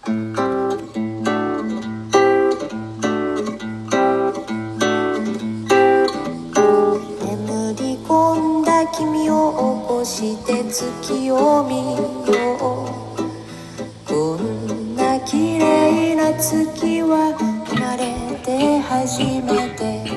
り込んだ君を起こして月を見よう。こんな綺麗な月は生まれて初めて。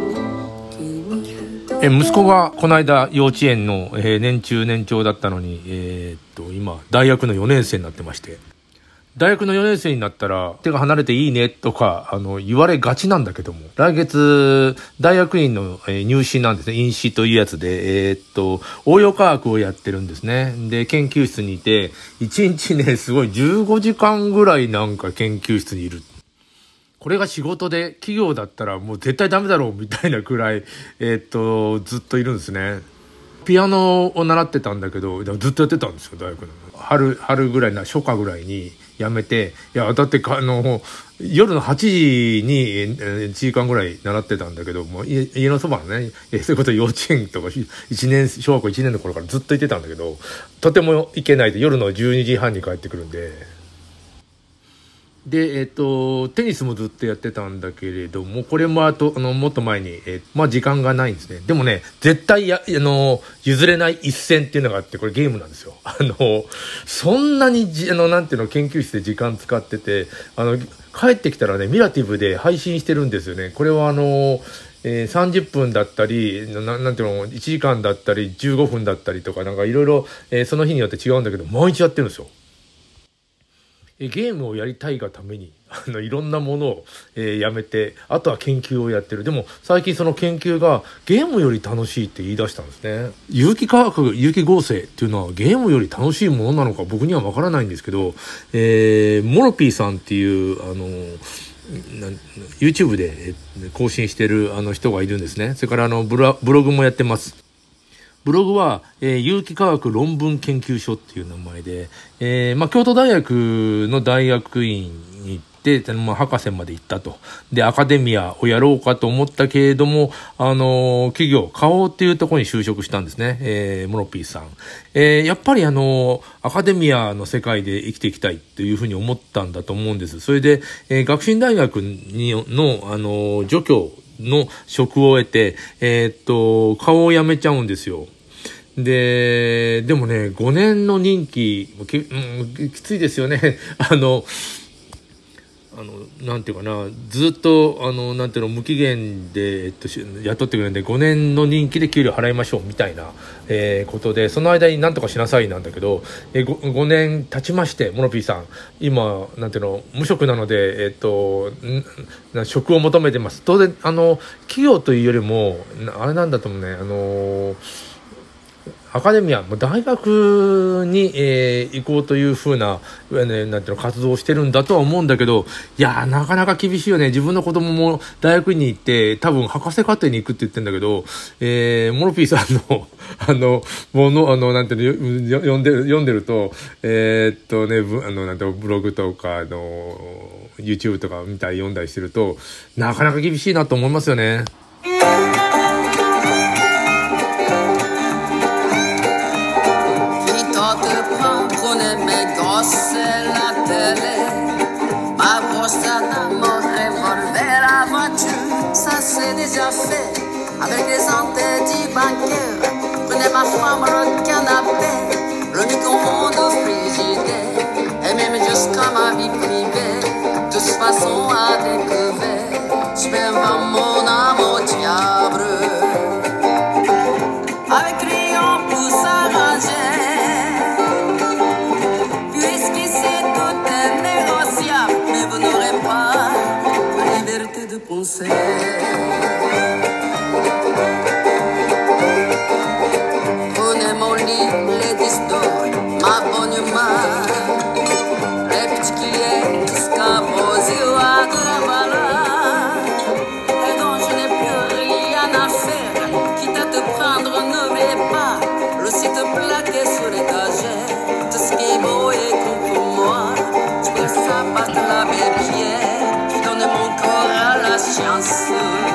息子がこの間幼稚園の、年中年長だったのに、今大学の4年生になってまして、大学の4年生になったら手が離れていいねとか言われがちなんだけども、来月大学院の、入試なんですね。院試というやつで応用科学をやってるんですね。で研究室にいて1日ねすごい15時間ぐらいなんか研究室にいる。これが仕事で企業だったらもう絶対ダメだろうみたいなくらいずっといるんですね。ピアノを習ってたんだけどずっとやってたんですよ。大学の春ぐらい初夏ぐらいにやめて、いやだって夜の8時に1時間ぐらい習ってたんだけど、もう家のそばのねそういうこと幼稚園とか小学校1年の頃からずっと行ってたんだけど、とても行けないで夜の12時半に帰ってくるんで。で、テニスもずっとやってたんだけれども、これももっと前に、時間がないんですね。でもね、絶対譲れない一線っていうのがあって、これゲームなんですよ。そんなになんていうの、研究室で時間使ってて、帰ってきたらね、ミラティブで配信してるんですよね。これは30分だったり、なんていうの、1時間だったり、15分だったりとか、なんかいろいろ、その日によって違うんだけど、毎日やってるんですよ。ゲームをやりたいがためにいろんなものを、やめて、あとは研究をやってる。でも最近その研究がゲームより楽しいって言い出したんですね。有機化学、有機合成っていうのはゲームより楽しいものなのか僕にはわからないんですけど、モロピーさんっていうYouTube で更新してる人がいるんですね。それからブログもやってます。ブログは、有機化学論文研究所っていう名前で、京都大学の大学院に行って、博士まで行ったと。で、アカデミアをやろうかと思ったけれども、企業、花王っていうところに就職したんですね。モロピーさん。やっぱりアカデミアの世界で生きていきたいというふうに思ったんだと思うんです。それで、学習院大学の、助教の職を得て、顔を辞めちゃうんですよ。でもね、5年の任期、きついですよね。なんていうかな、ずっと、なんていうの、無期限で、雇ってくれるんで、5年の任期で給料払いましょう、みたいな、ことで、その間に何とかしなさいなんだけど、5年経ちまして、モロピーさん、今、なんていうの、無職なので、職を求めてます。当然、企業というよりも、あれなんだと思うね、アカデミア、大学に、行こうというふうな、なんていうの、活動をしてるんだとは思うんだけど、いやー、なかなか厳しいよね。自分の子供も大学に行って、多分博士課程に行くって言ってんだけど、モロピーさんの、もの、なんていうの、読んでると、なんていうの、ブログとか、YouTube とか見たり読んだりしてると、なかなか厳しいなと思いますよね。 C'est la télé, ma brosse à dents, mon revolver, la voiture, ça c'est déjà fait. Avec les anti-bancaires, prenez ma femme le canapé, le micro-ondes au frigidaire, et même jusqu'à ma vie privée, de toute façon à découvert, je vais voir mon âme au diable, avec crayon pour s'arranger. De penser. Prenez mon lit, les distords, ma bonne humeur, les petits clients, scapos, à de la valeur, et dont je n'ai plus rien à faire, quitte à te prendre, n'oublie pas le site plaqué sur l'étagère, tout ce qui est beau et con pour moi, je peux ça passe la belle pierre, je donne mon corps à la chance.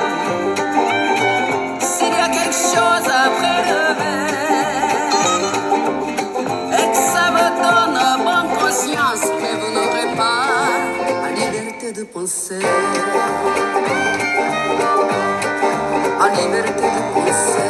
S'il y a quelque chose à prélever et que ça me donne bonne conscience, mais vous n'aurez pas liberté de penser, la liberté de penser.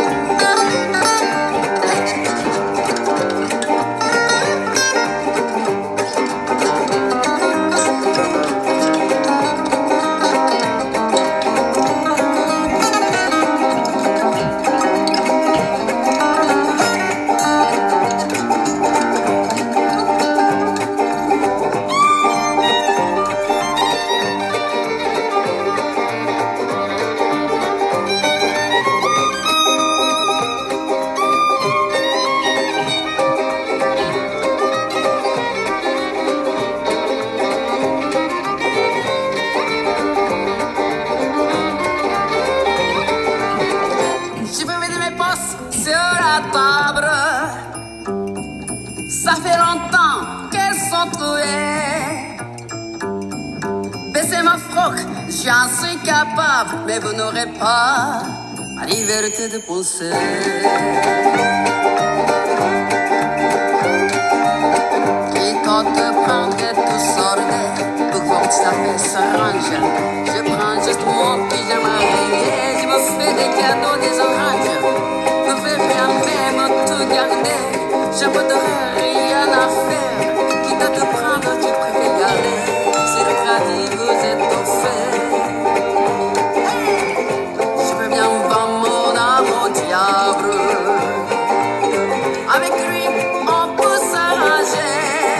Ça fait longtemps qu'elles sont trouées. Baissez ma froc, j'en suis capable, mais vous n'aurez pas la liberté de penser. Et quand te prendre tout sortait, pour voir que ça fait s'arrange. Je prends juste mon pyjama et je me fais des cadeaux, des oranges. Ne fais rien même tout garder. Je peux te rien à faire. Quitte à te prendre, tu préfères y aller. Si le tradit vous est offert, je peux bien vendre mon âme au diable. Avec lui, on peut s'arranger.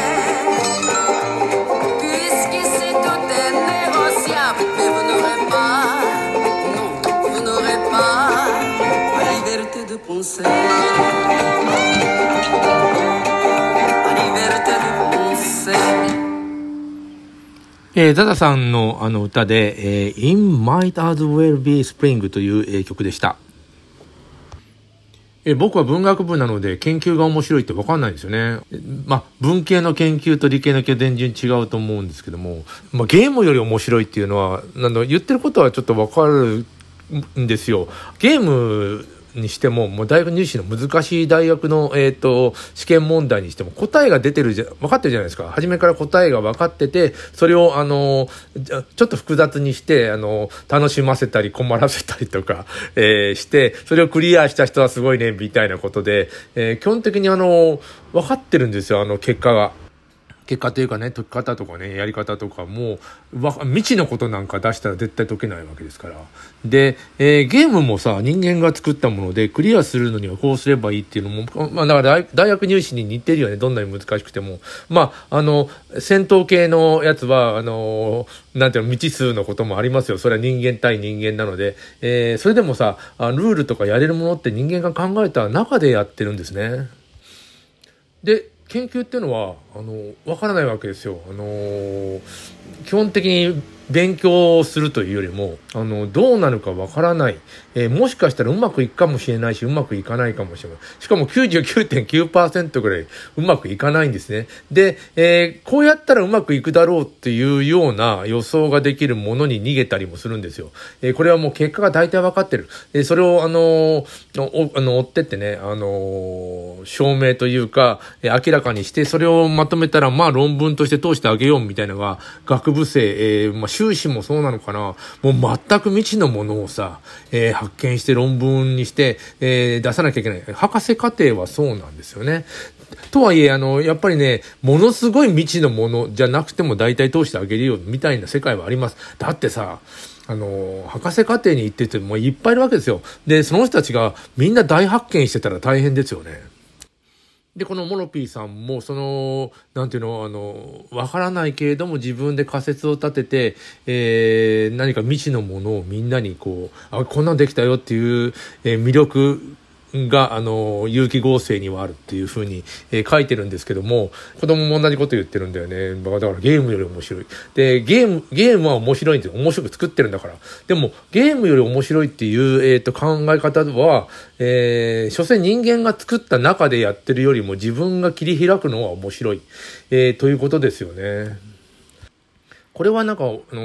Puisqu'ici tout est négociable. Mais vous n'aurez pas, non, vous n'aurez pas la liberté de penser. ザザさんの歌で、In Might As Well Be Spring という、曲でした。僕は文学部なので研究が面白いって分かんないんですよね。文系の研究と理系の研究は全然違うと思うんですけども、ゲームより面白いっていうのは、言ってることはちょっと分かるんですよ。ゲームにしても、大学入試の難しい大学の、試験問題にしても答えが出てる分かってるじゃないですか。初めから答えが分かってて、それをちょっと複雑にして楽しませたり困らせたりとか、して、それをクリアした人はすごいねみたいなことで、基本的に分かってるんですよ。結果というかね、解き方とかね、やり方とかも未知のことなんか出したら絶対解けないわけですから。で、ゲームもさ、人間が作ったものでクリアするのにはこうすればいいっていうのも、だから大学入試に似てるよね。どんなに難しくても、戦闘系のやつはなんていうの、未知数のこともありますよ。それは人間対人間なので、それでもさ、ルールとかやれるものって人間が考えた中でやってるんですね。で、研究っていうのはわからないわけですよ。基本的に勉強するというよりもどうなるかわからない、もしかしたらうまくいくかもしれないし、うまくいかないかもしれない。しかも 99.9% ぐらいうまくいかないんですね。で、こうやったらうまくいくだろうっていうような予想ができるものに逃げたりもするんですよ。これはもう結果が大体わかってる。それを追ってってね、証明というか、明らかにして、それをまとめたら論文として通してあげようみたいなのが学部生、修士もそうなのかな。もう全く未知のものをさ、発見して論文にして、出さなきゃいけない。博士課程はそうなんですよね。とはいえ、やっぱりね、ものすごい未知のものじゃなくても大体通してあげるよみたいな世界はあります。だってさ、博士課程に行っててもいっぱいいるわけですよ。で、その人たちがみんな大発見してたら大変ですよね。で、このモノピーさんも、なんていうの、わからないけれども自分で仮説を立てて、何か未知のものをみんなにこんなんできたよっていう、魅力が、有機合成にはあるっていうふうに、書いてるんですけども、子供も同じこと言ってるんだよね。だからゲームより面白い。で、ゲームは面白いんですよ。面白く作ってるんだから。でも、ゲームより面白いっていう、考え方は、所詮人間が作った中でやってるよりも自分が切り開くのは面白い、ということですよね。これはなんか、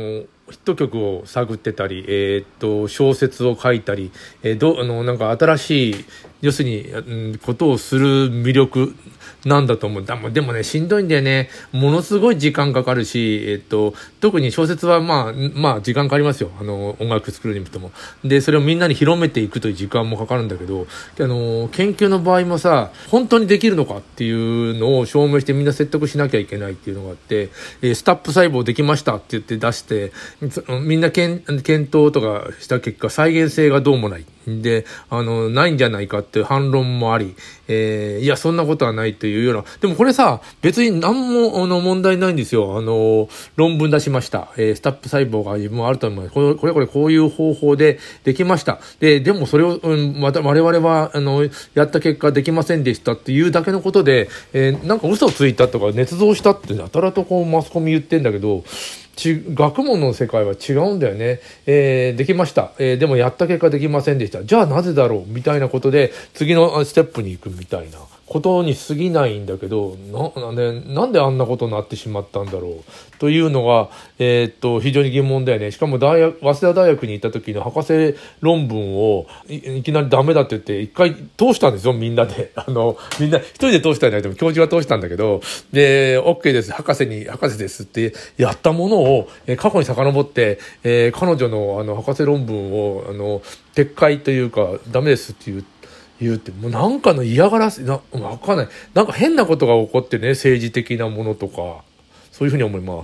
ヒット曲を探ってたり、小説を書いたり、なんか新しい、要するに、ことをする魅力なんだと思う。でもね、しんどいんだよね。ものすごい時間かかるし、特に小説はまあ、時間かかりますよ。音楽作るにしても。で、それをみんなに広めていくという時間もかかるんだけど、研究の場合もさ、本当にできるのかっていうのを証明してみんな説得しなきゃいけないっていうのがあって、スタップ細胞できましたって言って出して、みんな検討とかした結果、再現性がどうもない。で、ないんじゃないかっていう反論もあり、いや、そんなことはないというような。でもこれさ、別に何も、問題ないんですよ。論文出しました。スタップ細胞が自分はあると思います。こういう方法でできました。でもそれを、また我々は、やった結果できませんでしたっていうだけのことで、なんか嘘をついたとか捏造したってやたらとこうマスコミ言ってんだけど、学問の世界は違うんだよね。できました。でもやった結果できませんでした。じゃあなぜだろうみたいなことで次のステップに行くみたいなことに過ぎないんだけど、なんであんなことになってしまったんだろうというのが、非常に疑問だよね。しかも早稲田大学に行った時の博士論文をいきなりダメだって言って一回通したんですよ、みんなで。みんな一人で通したんじゃなくても教授が通したんだけど、で、OK です、博士ですってやったものを過去に遡って、彼女の博士論文を撤回というかダメですって言うって、もうなんかの嫌がらせわかんない。なんか変なことが起こってね、政治的なものとか、そういうふうに思います。